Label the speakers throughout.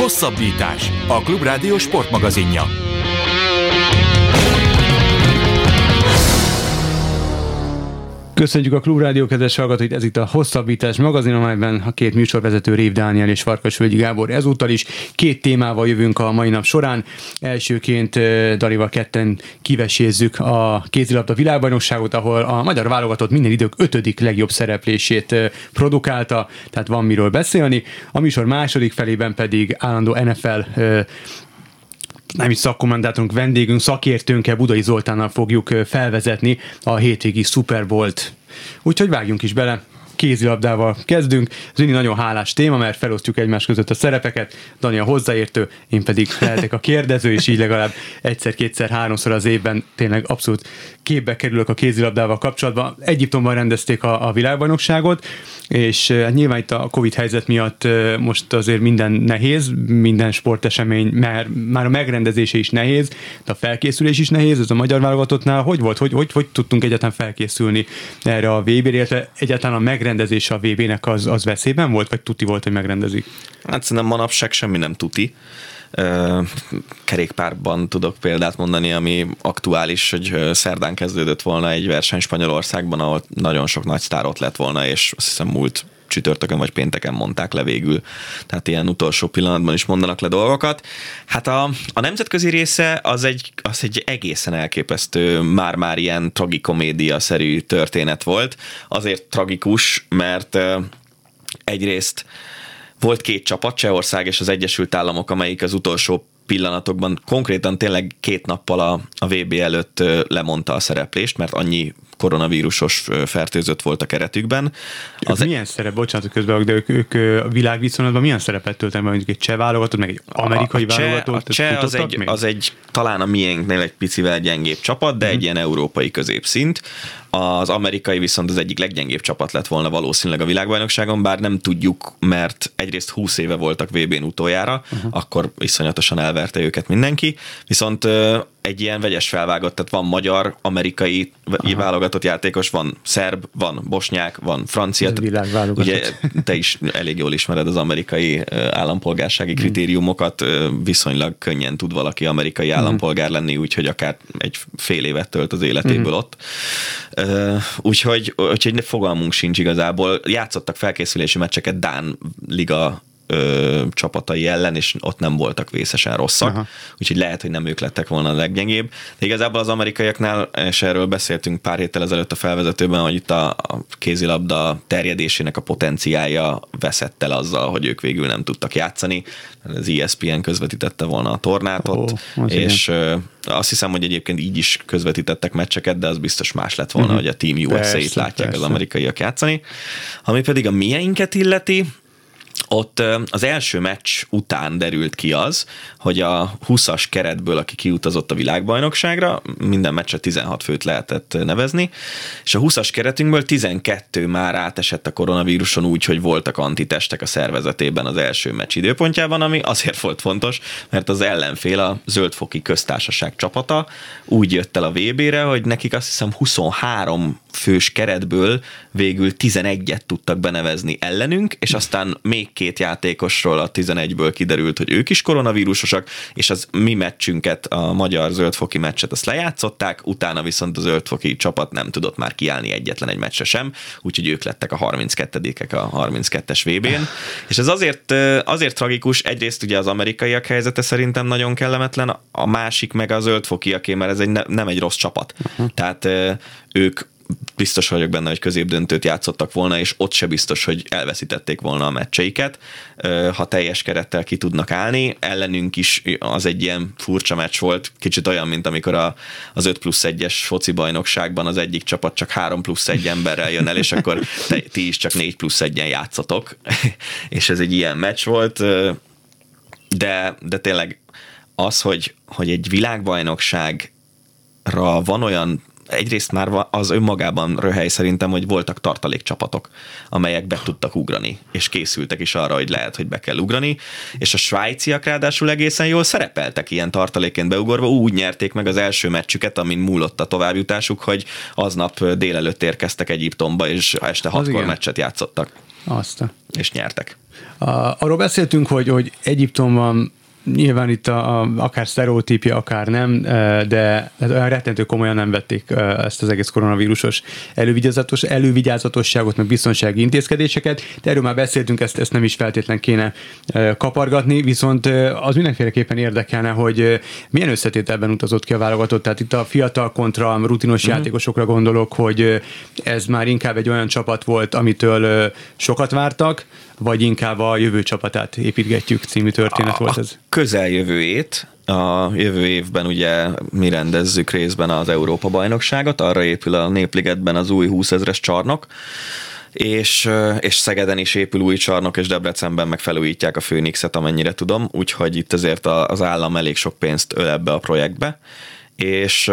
Speaker 1: Hosszabbítás, a Klubrádió sportmagazinja.
Speaker 2: Köszönjük a Klubrádió kedves hallgatóit, ez itt a Hosszabbítás magazin, amelyben a két műsorvezető Rév Dániel és Farkasvölgyi Gábor ezúttal is két témával jövünk a mai nap során. Elsőként Darival ketten kivesézzük a kézilabda világbajnokságot, ahol a magyar válogatott minden idők 5. legjobb szereplését produkálta, tehát van miről beszélni. A műsor második felében pedig állandó NFL nem is szakkommentátorunk, vendégünk, szakértőnkkel, Budai Zoltánnal fogjuk felvezetni a hétvégi Super Bowl-t. Úgyhogy vágjunk is bele, kézilabdával kezdünk. Ez mindig nagyon hálás téma, mert felosztjuk egymás között a szerepeket. Dani a hozzáértő, én pedig lehetek a kérdező, és így legalább egyszer, kétszer, háromszor az évben tényleg abszolút képbe kerülök a kézilabdával kapcsolatban. Egyiptomban rendezték a világbajnokságot, és hát nyilván itt a Covid helyzet miatt most azért minden nehéz, minden sportesemény, mert már a megrendezése is nehéz, de a felkészülés is nehéz, ez a magyar válogatottnál. Hogy volt, hogy tudtunk egyáltalán felkészülni erre a VB-re, illetve egyáltalán a megrendezése a VB-nek az veszélyben volt, vagy tuti volt, hogy megrendezik?
Speaker 3: Hát szerintem manapság semmi nem tuti. Kerékpárban tudok példát mondani, ami aktuális, hogy szerdán kezdődött volna egy verseny Spanyolországban, ahol nagyon sok nagy sztár ott lett volna, és azt hiszem múlt csütörtökön vagy pénteken mondták le végül. Tehát ilyen utolsó pillanatban is mondanak le dolgokat. Hát a nemzetközi része az egy egészen elképesztő, már ilyen tragikomédia-szerű történet volt. Azért tragikus, mert egyrészt volt két csapat, Csehország és az Egyesült Államok, amelyik az utolsó pillanatokban konkrétan tényleg 2 nappal a VB előtt lemondta a szereplést, mert annyi koronavírusos fertőzött volt a keretükben.
Speaker 2: Milyen szerep, bocsánat, közben, de ők a világviszonylatban milyen szerepet töltenek, mondjuk egy cseh válogatott, meg egy amerikai válogatott?
Speaker 3: A cseh az egy talán a miénknél egy picivel gyengébb csapat, de egy ilyen európai középszint. Az amerikai viszont az egyik leggyengébb csapat lett volna valószínűleg a világbajnokságon, bár nem tudjuk, mert egyrészt 20 éve voltak VB-n utoljára, akkor iszonyatosan elverte őket mindenki, viszont egy ilyen vegyes felvágott, tehát van magyar, amerikai válogatott játékos, van szerb, van bosnyák, van francia. Ugye te is elég jól ismered az amerikai állampolgársági kritériumokat, viszonylag könnyen tud valaki amerikai állampolgár lenni, úgyhogy akár egy fél évet tölt az életéből ott. Úgyhogy fogalmunk sincs igazából. Játszottak felkészülési meccseket Dán liga csapatai ellen, és ott nem voltak vészesen rosszak, úgyhogy lehet, hogy nem ők lettek volna a leggyengébb. De igazából az amerikaiaknál, és erről beszéltünk pár héttel ezelőtt a felvezetőben, hogy itt a kézilabda terjedésének a potenciálja veszett el azzal, hogy ők végül nem tudtak játszani. Az ESPN közvetítette volna a tornátot, és azt hiszem, hogy egyébként így is közvetítettek meccseket, de az biztos más lett volna, hogy a Team USA-t látják az amerikaiak játszani. Ami pedig a mieinket illeti, ott az első meccs után derült ki az, hogy a 20-as keretből, aki kiutazott a világbajnokságra, minden meccsre 16 főt lehetett nevezni, és a 20-as keretünkből 12 már átesett a koronavíruson úgy, hogy voltak antitestek a szervezetében az első meccs időpontjában, ami azért volt fontos, mert az ellenfél, a Zöldfoki Köztársaság csapata úgy jött el a VB-re, hogy nekik azt hiszem 23 fős keretből végül 11-et tudtak benevezni ellenünk, és aztán még 2 játékosról a 11-ből kiderült, hogy ők is koronavírusosak, és az mi meccsünket, a magyar zöldfoki meccset azt lejátszották, utána viszont a zöldfoki csapat nem tudott már kiállni egyetlen egy meccsre sem, úgyhogy ők lettek a 32-ek a 32-es VB-n. És ez azért tragikus, egyrészt ugye az amerikaiak helyzete szerintem nagyon kellemetlen, a másik meg a zöldfokiaké, mert ez nem egy rossz csapat. Tehát ők biztos vagyok benne, hogy középdöntőt játszottak volna, és ott se biztos, hogy elveszítették volna a meccseiket, ha teljes kerettel ki tudnak állni. Ellenünk is az egy ilyen furcsa meccs volt, kicsit olyan, mint amikor az 5+1-es foci bajnokságban az egyik csapat csak 3+1 emberrel jön el, és akkor ti is csak 4+1-en játszatok. És ez egy ilyen meccs volt, de tényleg az, hogy egy világbajnokságra van olyan egyrészt már az önmagában röhely szerintem, hogy voltak tartalékcsapatok, amelyek be tudtak ugrani, és készültek is arra, hogy lehet, hogy be kell ugrani, és a svájciak ráadásul egészen jól szerepeltek ilyen tartalékként beugorva, úgy nyerték meg az első meccsüket, amin múlott a továbbjutásuk, hogy aznap délelőtt érkeztek Egyiptomba, és este 6-kor meccset játszottak. És nyertek.
Speaker 2: Arról beszéltünk, hogy Egyiptomban nyilván itt akár sztereotípia, akár nem, de olyan rettentő komolyan nem vették ezt az egész koronavírusos elővigyázatosságot, meg biztonsági intézkedéseket, de erről már beszéltünk, ezt nem is feltétlen kéne kapargatni, viszont az mindenféleképpen érdekelne, hogy milyen összetételben utazott ki a válogatott, tehát itt a fiatal kontra rutinos játékosokra gondolok, hogy ez már inkább egy olyan csapat volt, amitől sokat vártak, vagy inkább a jövő csapatát építgetjük című történet volt ez?
Speaker 3: Közeljövőjét, a jövő évben ugye mi rendezzük részben az Európa-bajnokságot, arra épül a Népligetben az új 20 000-es csarnok, és Szegeden is épül új csarnok, és Debrecenben meg felújítják a Főnixet, amennyire tudom, úgyhogy itt azért az állam elég sok pénzt öl ebbe a projektbe, és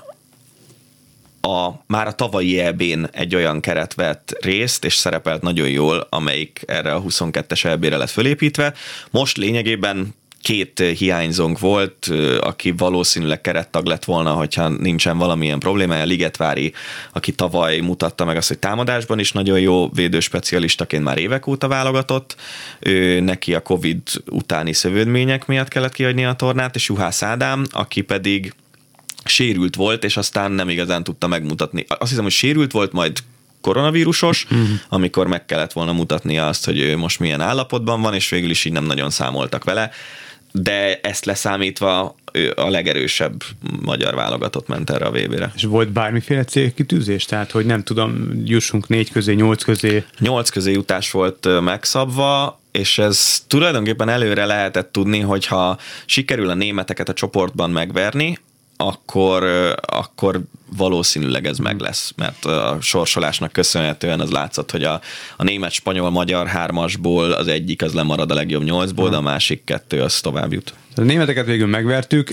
Speaker 3: már a tavalyi EB-n egy olyan keret vett részt, és szerepelt nagyon jól, amelyik erre a 22-es EB-re lett fölépítve. Most lényegében 2 hiányzónk volt, aki valószínűleg kerettag lett volna, hogyha nincsen valamilyen problémája. Ligetvári, aki tavaly mutatta meg azt, hogy támadásban is nagyon jó védőspecialistaként már évek óta válogatott. Neki a Covid utáni szövődmények miatt kellett kihagyni a tornát, és Juhász Ádám, aki pedig sérült volt, és aztán nem igazán tudta megmutatni. Azt hiszem, hogy sérült volt, majd koronavírusos, amikor meg kellett volna mutatnia azt, hogy ő most milyen állapotban van, és végül is így nem nagyon számoltak vele, de ezt leszámítva a legerősebb magyar válogatott ment erre a VB-re.
Speaker 2: És volt bármiféle célkitűzés? Tehát, hogy nem tudom, jussunk 4 közé, 8 közé?
Speaker 3: 8 közé jutás volt megszabva, és ez tulajdonképpen előre lehetett tudni, hogyha sikerül a németeket a csoportban megverni, akkor valószínűleg ez meg lesz, mert a sorsolásnak köszönhetően az látszott, hogy a német-spanyol-magyar 3-asból az egyik az lemarad a legjobb 8-ból, de a másik 2 az tovább jut.
Speaker 2: A németeket végül megvertük,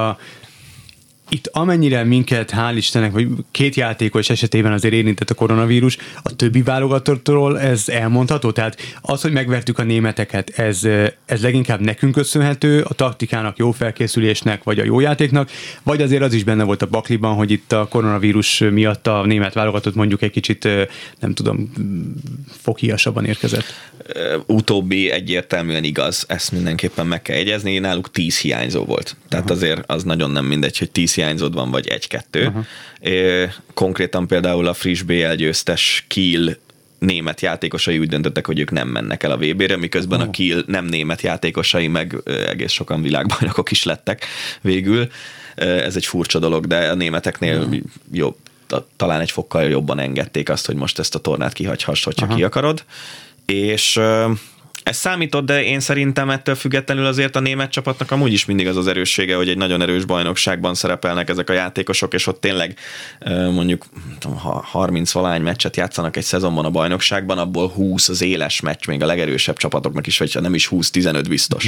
Speaker 2: itt amennyire minket, hál' Istennek, vagy 2 játékos esetében azért érintett a koronavírus, a többi válogatottól ez elmondható? Tehát az, hogy megvertük a németeket, ez leginkább nekünk köszönhető, a taktikának, jó felkészülésnek, vagy a jó játéknak, vagy azért az is benne volt a pakliban, hogy itt a koronavírus miatt a német válogatott mondjuk egy kicsit, nem tudom, foghíjasabban érkezett?
Speaker 3: Utóbbi egyértelműen igaz, ezt mindenképpen meg kell jegyezni, náluk 10 hiányzó volt. Tehát azért az nagyon nem mindegy, hogy 10 hiányzód van, vagy 1-2. Konkrétan például a friss BL győztes Kiel német játékosai úgy döntöttek, hogy ők nem mennek el a VB-re, miközben a Kiel nem német játékosai, meg egész sokan világbajnokok is lettek végül. Ez egy furcsa dolog, de a németeknél jobb, talán egy fokkal jobban engedték azt, hogy most ezt a tornát kihagyhass, hogyha ki akarod. És ez számított, de én szerintem ettől függetlenül azért a német csapatnak amúgy is mindig az erőssége, hogy egy nagyon erős bajnokságban szerepelnek ezek a játékosok, és ott tényleg mondjuk 30-valány meccset játszanak egy szezonban a bajnokságban, abból 20 az éles meccs, még a legerősebb csapatoknak is, vagy ha nem is 20-15 biztos.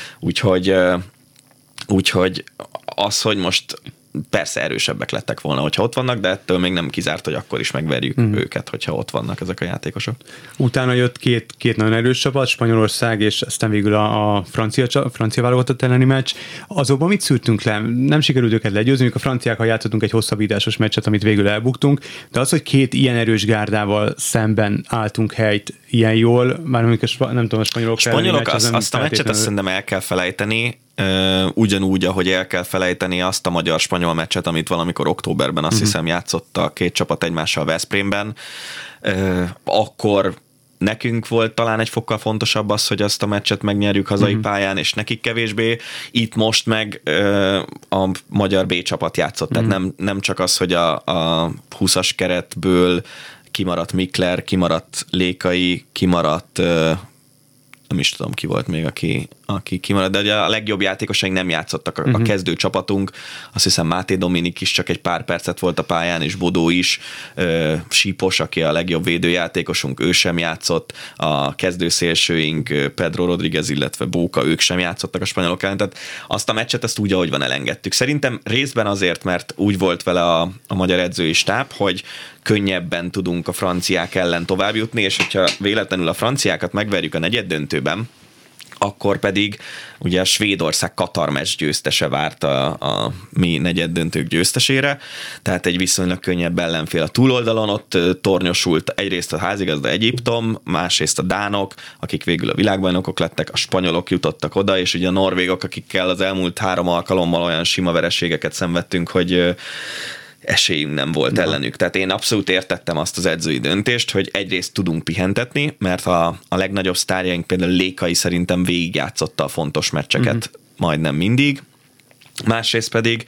Speaker 3: Úgyhogy az, hogy most persze erősebbek lettek volna, hogyha ott vannak, de ettől még nem kizárt, hogy akkor is megverjük őket, hogyha ott vannak ezek a játékosok.
Speaker 2: Utána jött két nagyon erős csapat, Spanyolország, és aztán végül a francia válogatott elleni meccs. Azokban mit szűrtünk le? Nem sikerült őket legyőzni, a franciákkal játszottunk egy hosszabbításos meccset, amit végül elbuktunk, de az, hogy 2 ilyen erős gárdával szemben álltunk helyt ilyen jól, már nem tudom, a spanyolok
Speaker 3: azt a meccset azt szerintem el kell felejteni, ugyanúgy, ahogy el kell felejteni azt a magyar-spanyol meccset, amit valamikor októberben azt hiszem játszott a 2 csapat egymással Veszprémben, akkor nekünk volt talán egy fokkal fontosabb az, hogy azt a meccset megnyerjük hazai pályán, és nekik kevésbé. Itt most meg a magyar B csapat játszott, tehát nem csak az, hogy a 20-as keretből kimaradt Mikler, kimaradt Lékai, kimaradt nem is tudom, ki volt még, aki kimaradt, de ugye a legjobb játékosaink nem játszottak. A kezdő csapatunk, azt hiszem Máté Dominik is csak egy pár percet volt a pályán, és Bodó is, Sípos, aki a legjobb védőjátékosunk, ő sem játszott, a kezdőszélsőink Pedro Rodriguez, illetve Bóka, ők sem játszottak a spanyolok ellen, tehát azt a meccset ezt úgy, ahogy van, elengedtük. Szerintem részben azért, mert úgy volt vele a magyar edzői stáb, hogy könnyebben tudunk a franciák ellen tovább jutni, és hogyha véletlenül a franciákat megverjük a negyeddöntőben, akkor pedig ugye a Svédország-Katar meccs győztese várt a mi negyeddöntők győztesére, tehát egy viszonylag könnyebb ellenfél a túloldalon, ott tornyosult egyrészt a házigazda Egyiptom, másrészt a dánok, akik végül a világbajnokok lettek, a spanyolok jutottak oda, és ugye a norvégok, akikkel az elmúlt 3 alkalommal olyan sima vereségeket szenvedtünk, hogy esélyünk nem volt ellenük. Tehát én abszolút értettem azt az edzői döntést, hogy egyrészt tudunk pihentetni, mert a legnagyobb sztárjaink, például Lékai szerintem végigjátszotta a fontos meccseket majdnem mindig. Másrészt pedig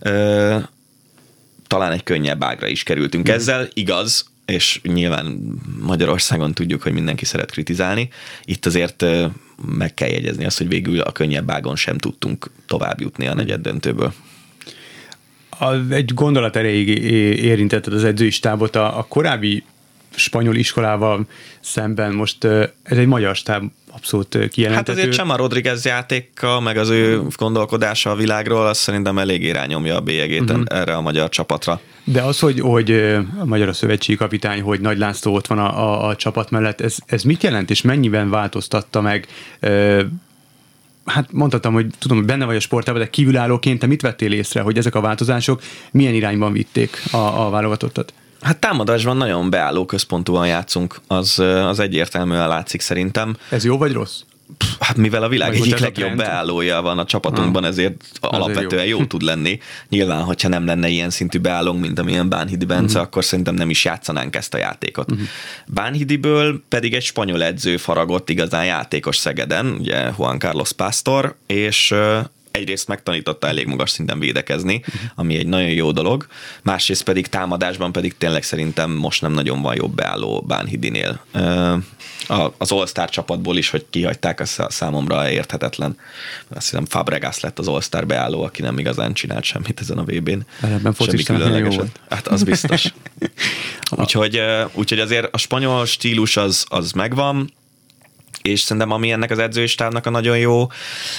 Speaker 3: talán egy könnyebb ágra is kerültünk ezzel, igaz, és nyilván Magyarországon tudjuk, hogy mindenki szeret kritizálni. Itt azért meg kell jegyezni azt, hogy végül a könnyebb ágon sem tudtunk tovább jutni a negyeddöntőből.
Speaker 2: Egy gondolat erejéig érintetted az edzői stábot, a korábbi spanyol iskolával szemben most ez egy magyar stáb abszolút kijelentető.
Speaker 3: Hát azért Chema Rodriguez játéka, meg az ő gondolkodása a világról, az szerintem elég irányomja a bélyegét erre a magyar csapatra.
Speaker 2: De az, hogy a magyar szövetségi kapitány, hogy Nagy László ott van a csapat mellett, ez mit jelent, és mennyiben változtatta meg? Hát mondhatom, hogy tudom, hogy benne vagy a sportában, de kívülállóként te mit vettél észre, hogy ezek a változások milyen irányban vitték a válogatottat?
Speaker 3: Hát támadásban nagyon beálló központúan játszunk, az egyértelműen látszik szerintem.
Speaker 2: Ez jó vagy rossz?
Speaker 3: Hát mivel a világ egyik legjobb beállója van a csapatunkban, ezért alapvetően jó tud lenni. Nyilván, hogyha nem lenne ilyen szintű beállónk, mint amilyen Bánhidi Bence, akkor szerintem nem is játszanánk ezt a játékot. Bánhidiből pedig egy spanyol edző faragott igazán játékos Szegeden, ugye Juan Carlos Pastor, és egyrészt megtanította elég magas szinten védekezni, ami egy nagyon jó dolog, másrészt pedig támadásban pedig tényleg szerintem most nem nagyon van jobb beálló Bánhidinél. Az All-Star csapatból is, hogy kihagyták, az számomra érthetetlen. Azt hiszem Fabregas lett az All-Star beálló, aki nem igazán csinált semmit ezen a VB-n.
Speaker 2: Ebben semmi különlegeset.
Speaker 3: Hát az biztos. úgyhogy azért a spanyol stílus az megvan, és szerintem ami ennek az edzői stábnak a nagyon jó,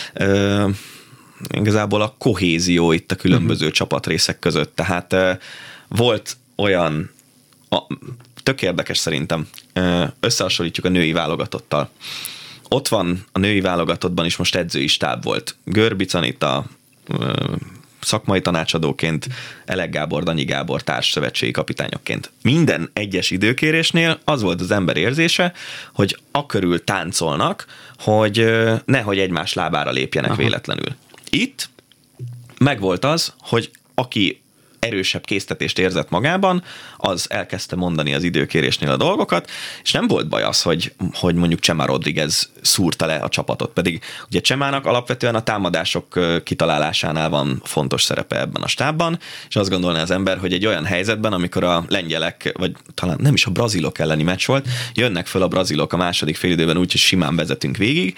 Speaker 3: igazából a kohézió itt a különböző csapatrészek között. Tehát volt olyan, tök érdekes szerintem, összehasonlítjuk a női válogatottal. Ott van a női válogatottban is most edzői stáb volt. Görbic Anita szakmai tanácsadóként, Elek Gábor, Danyi Gábor társszövetségi kapitányokként. Minden egyes időkérésnél az volt az ember érzése, hogy akörül táncolnak, hogy nehogy egymás lábára lépjenek véletlenül. Itt megvolt az, hogy aki erősebb késztetést érzett magában, az elkezdte mondani az időkérésnél a dolgokat, és nem volt baj az, hogy mondjuk Chema Rodriguez szúrta le a csapatot, pedig ugye Chemának alapvetően a támadások kitalálásánál van fontos szerepe ebben a stábban, és azt gondolná az ember, hogy egy olyan helyzetben, amikor a lengyelek, vagy talán nem is a brazilok elleni meccs volt, jönnek föl a brazilok a második félidőben úgy, hogy simán vezetünk végig,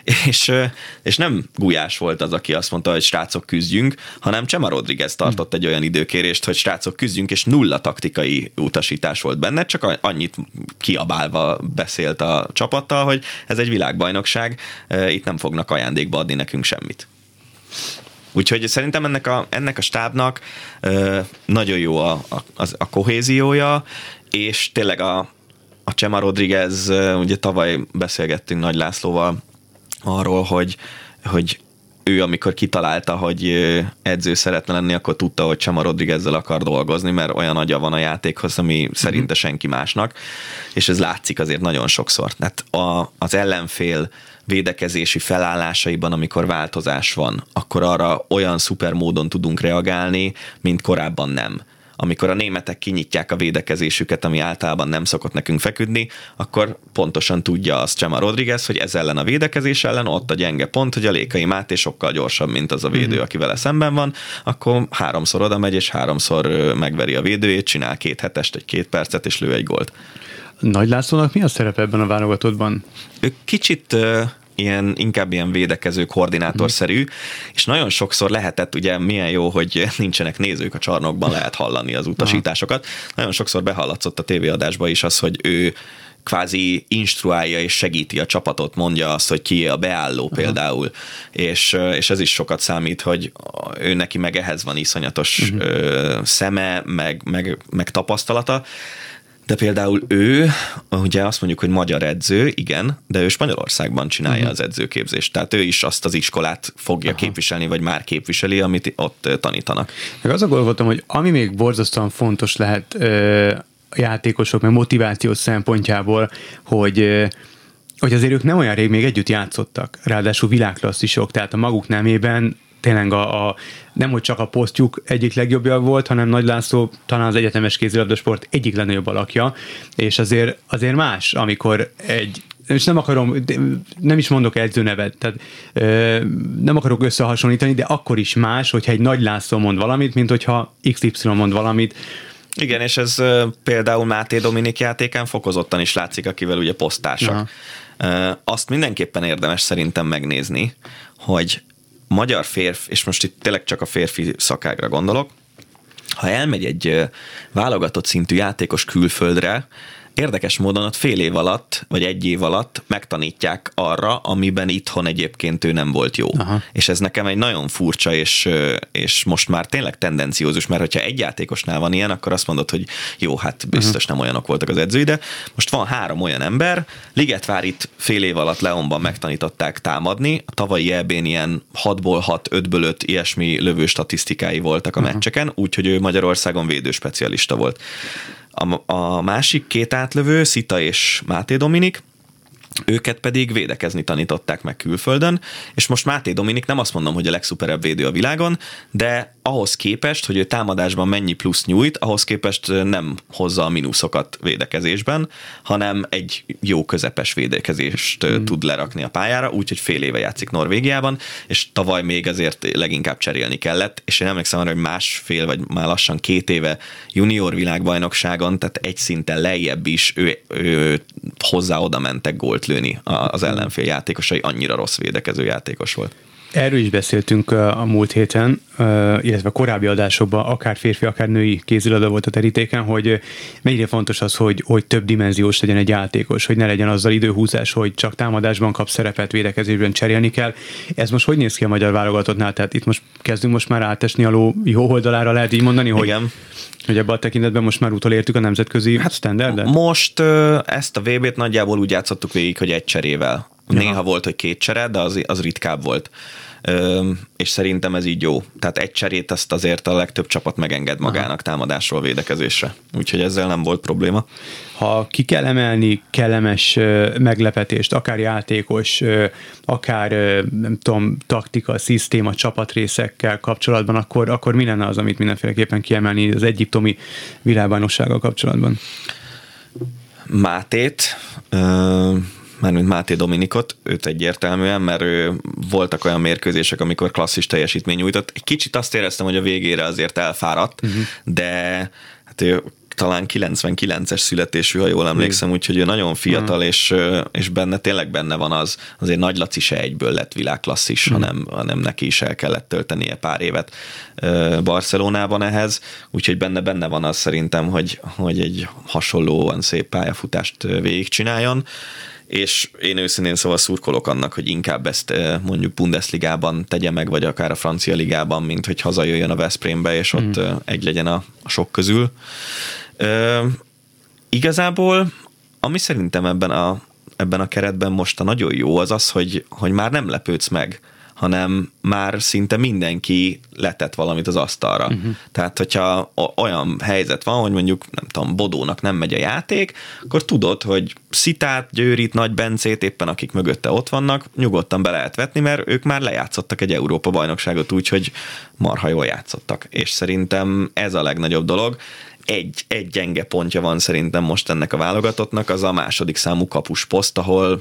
Speaker 3: és nem Gulyás volt az, aki azt mondta, hogy srácok küzdjünk, hanem Chema Rodriguez tartott egy olyan időkérést, hogy srácok küzdjünk, és nulla taktikai utasítás volt benne, csak annyit kiabálva beszélt a csapattal, hogy ez egy világbajnokság, itt nem fognak ajándékba adni nekünk semmit. Úgyhogy szerintem ennek a stábnak nagyon jó a kohéziója, és tényleg a Chema Rodriguez, ugye tavaly beszélgettünk Nagy Lászlóval arról, hogy ő amikor kitalálta, hogy edző szeretne lenni, akkor tudta, hogy Chema Rodriguezzel akar dolgozni, mert olyan agya van a játékhoz, ami szerinte senki másnak, és ez látszik azért nagyon sokszor. Hát az ellenfél védekezési felállásaiban, amikor változás van, akkor arra olyan szuper módon tudunk reagálni, mint korábban nem. Amikor a németek kinyitják a védekezésüket, ami általában nem szokott nekünk feküdni, akkor pontosan tudja azt Chema Rodriguez, hogy ez ellen a védekezés ellen ott a gyenge pont, hogy a Lékai Máté sokkal gyorsabb, mint az a védő, aki vele szemben van, akkor 3-szor oda megy, és 3-szor megveri a védőjét, csinál 2 hetest, egy 2 percet, és lő egy gólt.
Speaker 2: Nagy Lászlónak mi a szerepe ebben a válogatottban?
Speaker 3: Ő kicsit inkább ilyen védekező, koordinátorszerű, és nagyon sokszor lehetett, ugye milyen jó, hogy nincsenek nézők a csarnokban, lehet hallani az utasításokat. Nagyon sokszor behallatszott a tévéadásba is az, hogy ő kvázi instruálja és segíti a csapatot, mondja azt, hogy ki a beálló például, és ez is sokat számít, hogy ő neki meg ehhez van iszonyatos szeme, meg tapasztalata. De például ő, ugye azt mondjuk, hogy magyar edző, igen, de ő Spanyolországban csinálja az edzőképzést. Tehát ő is azt az iskolát fogja képviselni, vagy már képviseli, amit ott tanítanak.
Speaker 2: Meg azon gondoltam, hogy ami még borzasztóan fontos lehet játékosok, meg motivációs szempontjából, hogy azért ők nem olyan rég még együtt játszottak, ráadásul világklasszisok, tehát a maguk nemében tényleg nem hogy csak a posztjuk egyik legjobbja volt, hanem Nagy László talán az egyetemes kézilabdasport egyik legnagyobb alakja, és azért más, amikor és nem is mondok edzőnevet, tehát nem akarok összehasonlítani, de akkor is más, hogyha egy Nagy László mond valamit, mint hogyha XY mond valamit.
Speaker 3: Igen, és ez például Máté Dominik játékán fokozottan is látszik, akivel ugye posztársak. Azt mindenképpen érdemes szerintem megnézni, hogy magyar férfi, és most itt tényleg csak a férfi szakágra gondolok, ha elmegy egy válogatott szintű játékos külföldre, érdekes módon ott fél év alatt, vagy egy év alatt megtanítják arra, amiben itthon egyébként ő nem volt jó. Aha. És ez nekem egy nagyon furcsa, és most már tényleg tendenciózus, mert hogyha egy játékosnál van ilyen, akkor azt mondod, hogy jó, hát biztos nem olyanok voltak az edzői, de most van 3 olyan ember, Ligetvárit fél év alatt Leonban megtanították támadni, a tavalyi EB-n ilyen 6-ból 6, 5-ből 5 ilyesmi lövő statisztikái voltak a meccseken, úgyhogy ő Magyarországon védőspecialista volt. A másik 2 átlövő, Szita és Máté Dominik, őket pedig védekezni tanították meg külföldön, és most Máté Dominik nem azt mondom, hogy a legszuperebb védő a világon, de ahhoz képest, hogy ő támadásban mennyi plusz nyújt, ahhoz képest nem hozza a mínuszokat védekezésben, hanem egy jó közepes védekezést tud lerakni a pályára, úgyhogy fél éve játszik Norvégiában, és tavaly még ezért leginkább cserélni kellett, és én emlékszem arra, hogy másfél, vagy már lassan 2 éve junior világbajnokságon, tehát egy szinten lejjebb is ő hozzá oda mentek gólt lőni az ellenfél játékosai, annyira rossz védekező játékos volt.
Speaker 2: Erről is beszéltünk a múlt héten, illetve a korábbi adásokban, akár férfi, akár női kézilabda volt a terítéken, hogy mennyire fontos az, hogy több dimenziós legyen egy játékos, hogy ne legyen azzal időhúzás, hogy csak támadásban kap szerepet, védekezésben cserélni kell. Ez most hogy néz ki a magyar válogatottnál? Tehát itt most kezdünk most már átesni a ló jó oldalára, lehet így mondani, hogy, hogy ebben a tekintetben most már utolértük a nemzetközi standardet?
Speaker 3: Most ezt a VB-t nagyjából úgy játszottuk végig, hogy egy cserével. Néha volt, hogy 2 csere, de az ritkább volt. És szerintem ez így jó. Tehát egy cserét azt azért a legtöbb csapat megenged magának támadásról védekezésre. Úgyhogy ezzel nem volt probléma.
Speaker 2: Ha ki kell emelni kellemes meglepetést, akár játékos, akár nem tudom, taktika, szisztéma, csapatrészekkel kapcsolatban, akkor mi lenne az, amit mindenféleképpen kiemelni az egyiptomi világbajnoksággal kapcsolatban?
Speaker 3: Mátét, mármint Máté Dominikot, őt egyértelműen, mert voltak olyan mérkőzések, amikor klasszis teljesítmény nyújtott. Egy kicsit azt éreztem, hogy a végére azért elfáradt, de hát ő talán 99-es születésű, ha jól emlékszem, úgyhogy ő nagyon fiatal, és tényleg benne van az, azért Nagy Laci se egyből lett világklasszis, hanem neki is el kellett töltenie pár évet Barcelonában ehhez, úgyhogy benne van az szerintem, hogy egy hasonlóan szép pályafutást végigcsináljon, és én őszintén szóval szurkolok annak, hogy inkább ezt mondjuk Bundesligában tegye meg, vagy akár a francia ligában, mint hogy hazajöjjön a Veszprémbe, és ott egy legyen a sok közül. Igazából, ami szerintem ebben a keretben most a nagyon jó az, hogy már nem lepődsz meg, hanem már szinte mindenki letett valamit az asztalra. Tehát, hogyha olyan helyzet van, hogy mondjuk, nem tudom, Bodónak nem megy a játék, akkor tudod, hogy Szitát, Győrit, Nagy Bencét, éppen akik mögötte ott vannak, nyugodtan be lehet vetni, mert ők már lejátszottak egy Európa-bajnokságot úgy, hogy marha jól játszottak. És szerintem ez a legnagyobb dolog. Egy gyenge pontja van szerintem most ennek a válogatottnak, az a második számú kapusposzt, ahol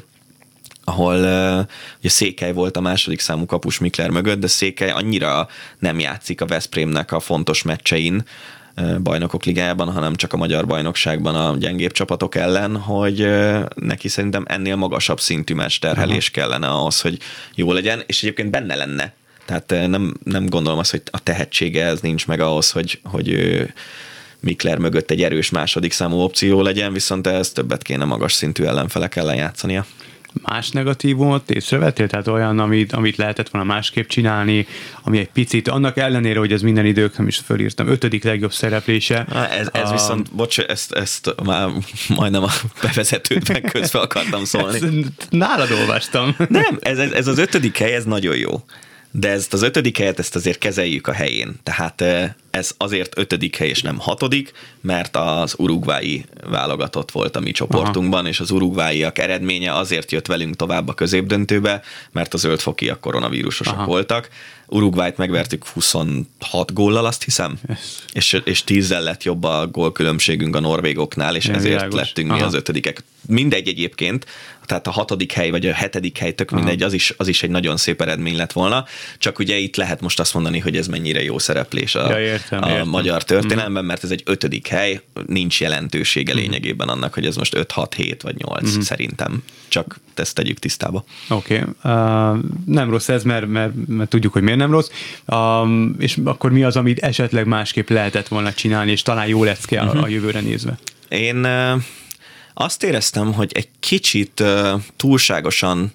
Speaker 3: ugye Székely volt a második számú kapus Mikler mögött, de Székely annyira nem játszik a Veszprémnek a fontos meccsein, bajnokok ligájában, hanem csak a magyar bajnokságban a gyengébb csapatok ellen, hogy neki szerintem ennél magasabb szintű mesterhelés kellene ahhoz, hogy jó legyen, és egyébként benne lenne. Tehát nem gondolom azt, hogy a tehetsége ez nincs meg ahhoz, hogy Mikler mögött egy erős második számú opció legyen, viszont ez többet kéne magas szintű ellenfelek ellen játszania.
Speaker 2: Más negatívumot észrevettél? Tehát olyan, amit lehetett volna másképp csinálni, ami egy picit, annak ellenére, hogy ez minden idők, nem is fölírtam, 5. legjobb szereplése.
Speaker 3: Ez viszont, bocs, ezt már majdnem a bevezetőben közben akartam szólni.
Speaker 2: Nálad olvastam.
Speaker 3: Nem, ez az 5. hely, ez nagyon jó. De ezt az 5. helyet, ezt azért kezeljük a helyén. Tehát ez azért 5. hely és nem 6., mert az uruguayi válogatott volt a mi csoportunkban, és az uruguayiak eredménye azért jött velünk tovább a középdöntőbe, mert a zöldfokiak koronavírusosak voltak. Uruguayt megvertük 26 góllal, azt hiszem, és 10-zel lett jobb a gólkülönbségünk a norvégoknál, és ezért világos. Lettünk mi az 5. Mindegy egyébként, tehát a 6. hely vagy a 7. hely, tök mindegy, az is egy nagyon szép eredmény lett volna, csak ugye itt lehet most azt mondani, hogy ez mennyire jó szereplés értem. Magyar történelemben, mert ez egy 5. hely, nincs jelentősége lényegében annak, hogy ez most 5, 6, 7 vagy 8 szerintem. Csak ezt tegyük tisztába.
Speaker 2: Oké. Nem rossz ez, mert tudjuk, hogy miért nem rossz. És akkor mi az, amit esetleg másképp lehetett volna csinálni, és talán jó lesz ki a jövőre nézve?
Speaker 3: Én azt éreztem, hogy egy kicsit túlságosan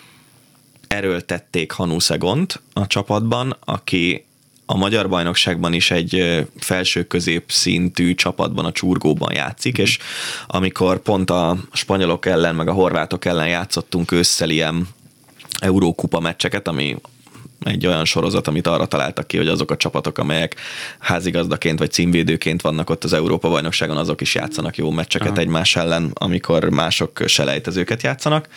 Speaker 3: erőltették Hanu Szegont a csapatban, aki a magyar bajnokságban is egy felső-közép szintű csapatban, a Csurgóban játszik, és amikor pont a spanyolok ellen, meg a horvátok ellen játszottunk ősszel ilyen Eurókupa meccseket, ami egy olyan sorozat, amit arra találtak ki, hogy azok a csapatok, amelyek házigazdaként vagy címvédőként vannak ott az Európa-bajnokságon, azok is játszanak jó meccseket egymás ellen, amikor mások selejtezőket játszanak.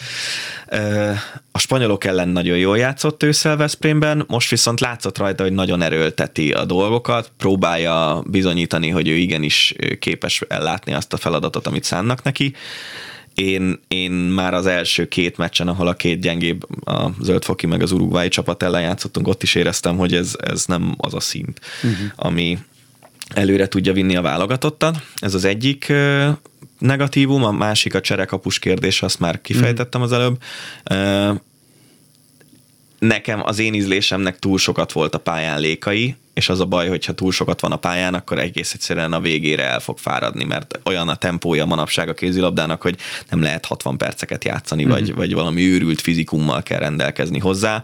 Speaker 3: A spanyolok ellen nagyon jól játszott ősszel Veszprémben, most viszont látszott rajta, hogy nagyon erőlteti a dolgokat, próbálja bizonyítani, hogy ő igenis képes ellátni azt a feladatot, amit szánnak neki. Én már az első 2 meccsen, ahol a 2 gyengébb, a zöldfoki meg az uruguayi csapat ellen játszottunk, ott is éreztem, hogy ez nem az a szint, ami előre tudja vinni a válogatottat. Ez az egyik negatívum, a másik a cserekapus kérdés, azt már kifejtettem az előbb. Nekem, az én ízlésemnek túl sokat volt a pályán Lékai, és az a baj, hogyha túl sokat van a pályán, akkor egész egyszerűen a végére el fog fáradni, mert olyan a tempója manapság a kézilabdának, hogy nem lehet 60 perceket játszani, vagy valami őrült fizikummal kell rendelkezni hozzá.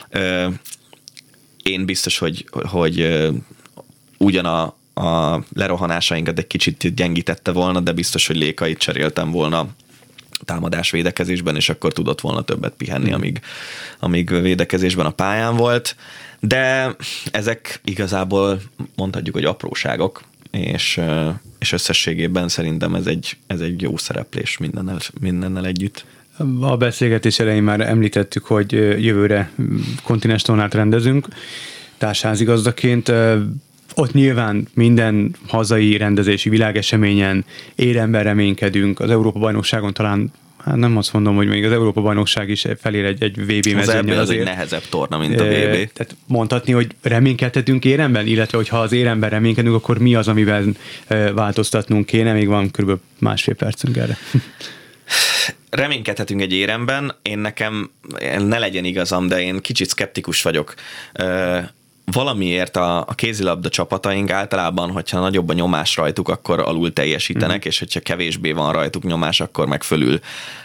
Speaker 3: Én biztos, hogy ugyan a lerohanásainkat egy kicsit gyengítette volna, de biztos, hogy Lékait cseréltem volna támadás védekezésben, és akkor tudott volna többet pihenni, amíg védekezésben a pályán volt. De ezek igazából mondhatjuk, hogy apróságok, és összességében szerintem ez egy jó szereplés mindennel együtt.
Speaker 2: A beszélgetés elején már említettük, hogy jövőre kontinens tornát rendezünk társházigazdaként. Ott nyilván minden hazai rendezési világeseményen éremben reménykedünk, az Európa-bajnokságon talán, hát nem azt mondom, hogy még az Európa-bajnokság is felér egy VB mezőnyen.
Speaker 3: Az egy nehezebb torna, mint a VB.
Speaker 2: Tehát mondhatni, hogy reménykedhetünk éremben, illetve hogyha az éremben reménykedünk, akkor mi az, amiben változtatnunk kéne? Még van kb. 1,5 percünk erre.
Speaker 3: Reménykedhetünk egy éremben. Nekem ne legyen igazam, de én kicsit szkeptikus vagyok. Valamiért a kézilabda csapataink általában, hogyha nagyobb a nyomás rajtuk, akkor alul teljesítenek, és hogyha kevésbé van rajtuk nyomás, akkor meg fölül.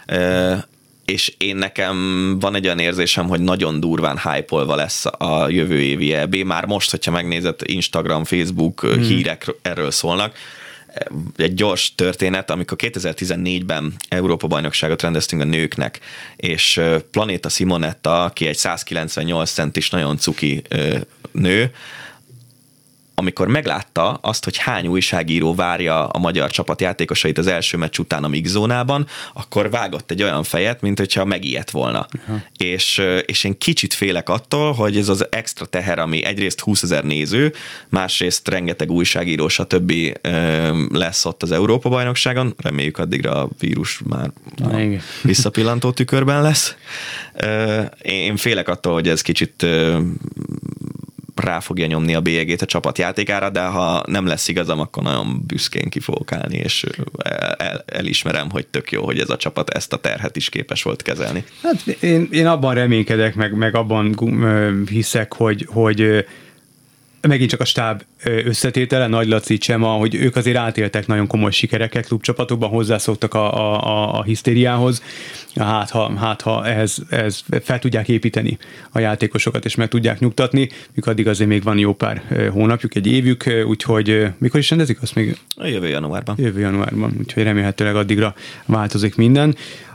Speaker 3: És nekem van egy olyan érzésem, hogy nagyon durván hype-olva lesz a jövő évi EB. Már most, hogyha megnézed, Instagram, Facebook hírek erről szólnak. Egy gyors történet, amikor 2014-ben Európa-bajnokságot rendeztünk a nőknek, és Planéta Simonetta, aki egy 198 centis nagyon cuki nő, amikor meglátta azt, hogy hány újságíró várja a magyar csapat játékosait az első meccs után a mixzónában, akkor vágott egy olyan fejet, mint hogyha megijedt volna. És én kicsit félek attól, hogy ez az extra teher, ami egyrészt 20 000 néző, másrészt rengeteg újságíró, stb. Lesz ott az Európa-bajnokságon, reméljük addigra a vírus már visszapillantó tükörben lesz. Én félek attól, hogy ez kicsit rá fogja nyomni a bélyegét a csapat játékára, de ha nem lesz igazam, akkor nagyon büszkén ki fogok állni, és elismerem, hogy tök jó, hogy ez a csapat ezt a terhet is képes volt kezelni.
Speaker 2: Hát én abban reménykedek, meg abban hiszek, hogy megint csak a stáb összetétele, Nagy Laci, Csema, hogy ők azért átéltek nagyon komoly sikereket klubcsapatokban, hozzászoktak a hisztériához, hát ha ehhez fel tudják építeni a játékosokat, és meg tudják nyugtatni, mikor addig azért még van jó pár hónapjuk, egy évük, úgyhogy mikor is rendezik azt még?
Speaker 3: A jövő januárban.
Speaker 2: Úgyhogy remélhetőleg addigra változik minden.